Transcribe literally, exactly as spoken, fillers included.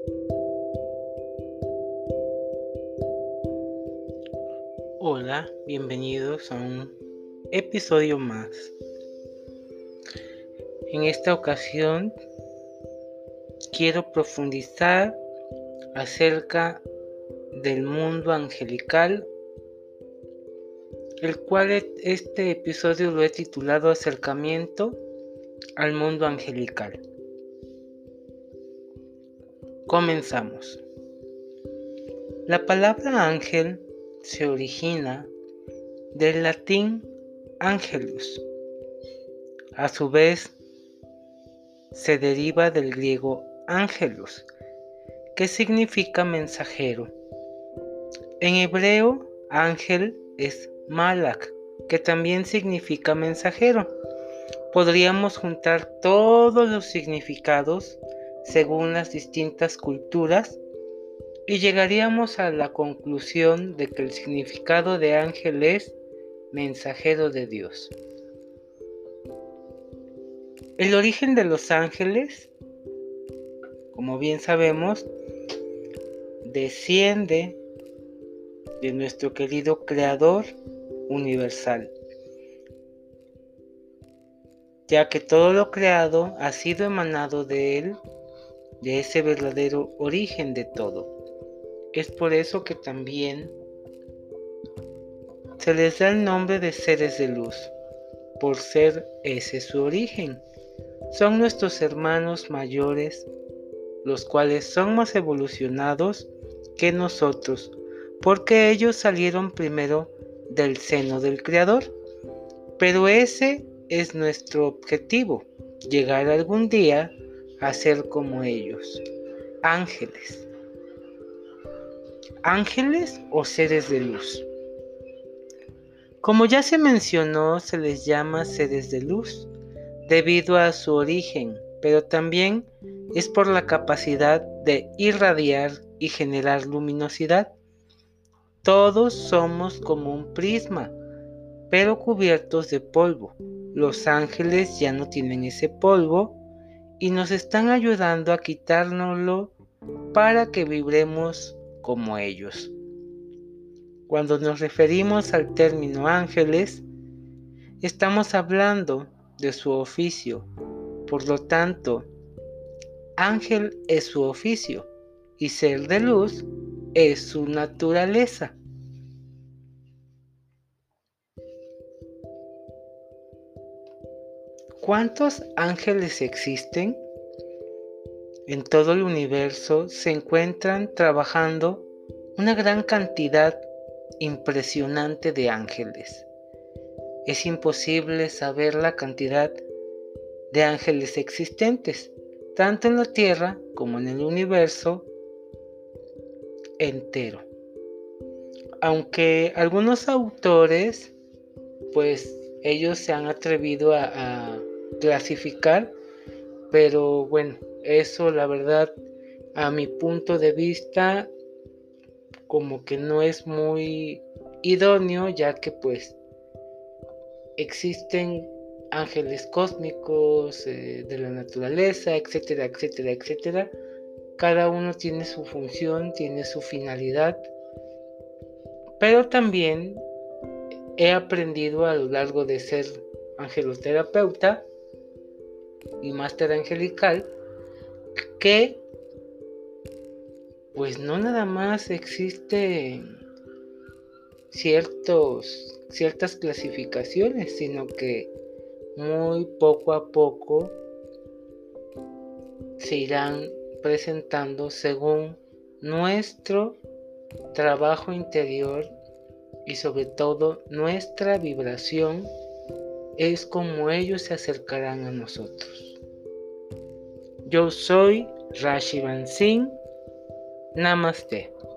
Hola, bienvenidos a un episodio más. En esta ocasión quiero profundizar acerca del mundo angelical, el cual este episodio lo he titulado Acercamiento al mundo angelical. Comenzamos. La palabra ángel se origina del latín angelus. A su vez, se deriva del griego angelus, que significa mensajero. En hebreo, ángel es malach, que también significa mensajero. Podríamos juntar todos los significados según las distintas culturas y llegaríamos a la conclusión de que el significado de ángel es mensajero de Dios. El origen de los ángeles, como bien sabemos, desciende de nuestro querido Creador universal, ya que todo lo creado ha sido emanado de Él, de ese verdadero origen de todo. Es por eso que también se les da el nombre de seres de luz, por ser ese su origen. Son nuestros hermanos mayores, los cuales son más evolucionados que nosotros, porque ellos salieron primero del seno del Creador. Pero ese es nuestro objetivo, llegar algún día a ser como ellos, ángeles. Ángeles o seres de luz. Como ya se mencionó, se les llama seres de luz debido a su origen, pero también es por la capacidad de irradiar y generar luminosidad. Todos somos como un prisma, pero cubiertos de polvo. Los ángeles ya no tienen ese polvo y nos están ayudando a quitárnoslo para que vibremos como ellos. Cuando nos referimos al término ángeles, estamos hablando de su oficio. Por lo tanto, ángel es su oficio y ser de luz es su naturaleza. ¿Cuántos ángeles existen? En todo el universo se encuentran trabajando una gran cantidad impresionante de ángeles. Es imposible saber la cantidad de ángeles existentes, tanto en la Tierra como en el universo entero. Aunque algunos autores, pues ellos se han atrevido a, a clasificar, pero bueno, eso la verdad, a mi punto de vista, como que no es muy idóneo, ya que pues existen ángeles cósmicos, eh, de la naturaleza, etcétera, etcétera, etcétera. Cada uno tiene su función, tiene su finalidad, pero también he aprendido a lo largo de ser angeloterapeuta y máster angelical que pues no nada más existen ciertos, ciertas clasificaciones, sino que muy poco a poco se irán presentando según nuestro trabajo interior y sobre todo nuestra vibración. Es como ellos se acercarán a nosotros. Yo soy Rashi Van Singh. Namaste.